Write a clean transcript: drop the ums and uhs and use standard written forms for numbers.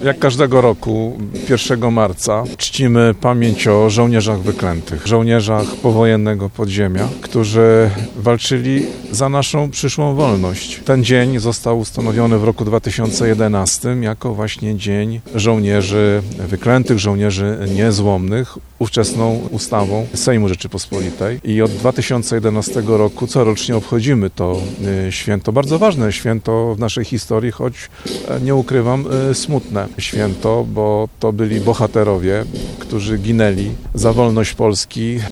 Jak każdego roku, 1 marca, czcimy pamięć o żołnierzach wyklętych, żołnierzach powojennego podziemia, którzy walczyli za naszą przyszłą wolność. Ten dzień został ustanowiony w roku 2011 jako właśnie Dzień Żołnierzy Wyklętych, Żołnierzy Niezłomnych, ówczesną ustawą Sejmu Rzeczypospolitej. I od 2011 roku corocznie obchodzimy to święto, bardzo ważne święto w naszej historii, choć nie ukrywam, smutne święto, bo to byli bohaterowie, którzy ginęli za wolność Polski.